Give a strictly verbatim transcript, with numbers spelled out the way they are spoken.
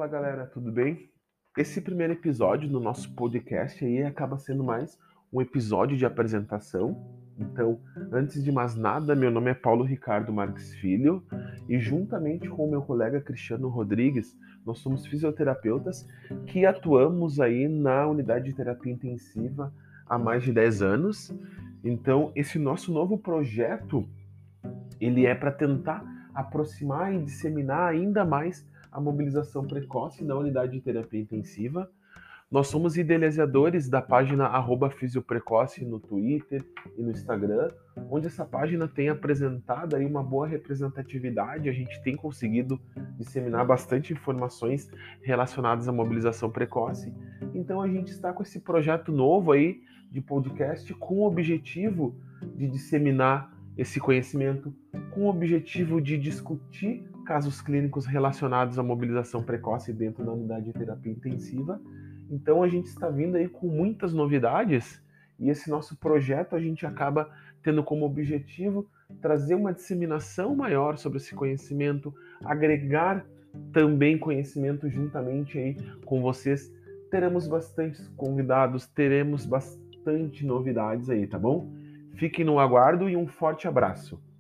Fala galera, tudo bem? Esse primeiro episódio do nosso podcast aí acaba sendo mais um episódio de apresentação. Então, antes de mais nada, meu nome é Paulo Ricardo Marques Filho e juntamente com o meu colega Cristiano Rodrigues, nós somos fisioterapeutas que atuamos aí na unidade de terapia intensiva há mais de dez anos. Então, esse nosso novo projeto, ele é para tentar aproximar e disseminar ainda mais a mobilização precoce na unidade de terapia intensiva. Nós somos idealizadores da página arroba Fisioprecoce no Twitter e no Instagram, onde essa página tem apresentado aí uma boa representatividade, a gente tem conseguido disseminar bastante informações relacionadas à mobilização precoce. Então a gente está com esse projeto novo aí de podcast com o objetivo de disseminar esse conhecimento, com o objetivo de discutir casos clínicos relacionados à mobilização precoce dentro da unidade de terapia intensiva. Então a gente está vindo aí com muitas novidades e esse nosso projeto a gente acaba tendo como objetivo trazer uma disseminação maior sobre esse conhecimento, agregar também conhecimento juntamente aí com vocês. Teremos bastantes convidados, teremos bastante novidades aí, tá bom? Fiquem no aguardo e um forte abraço.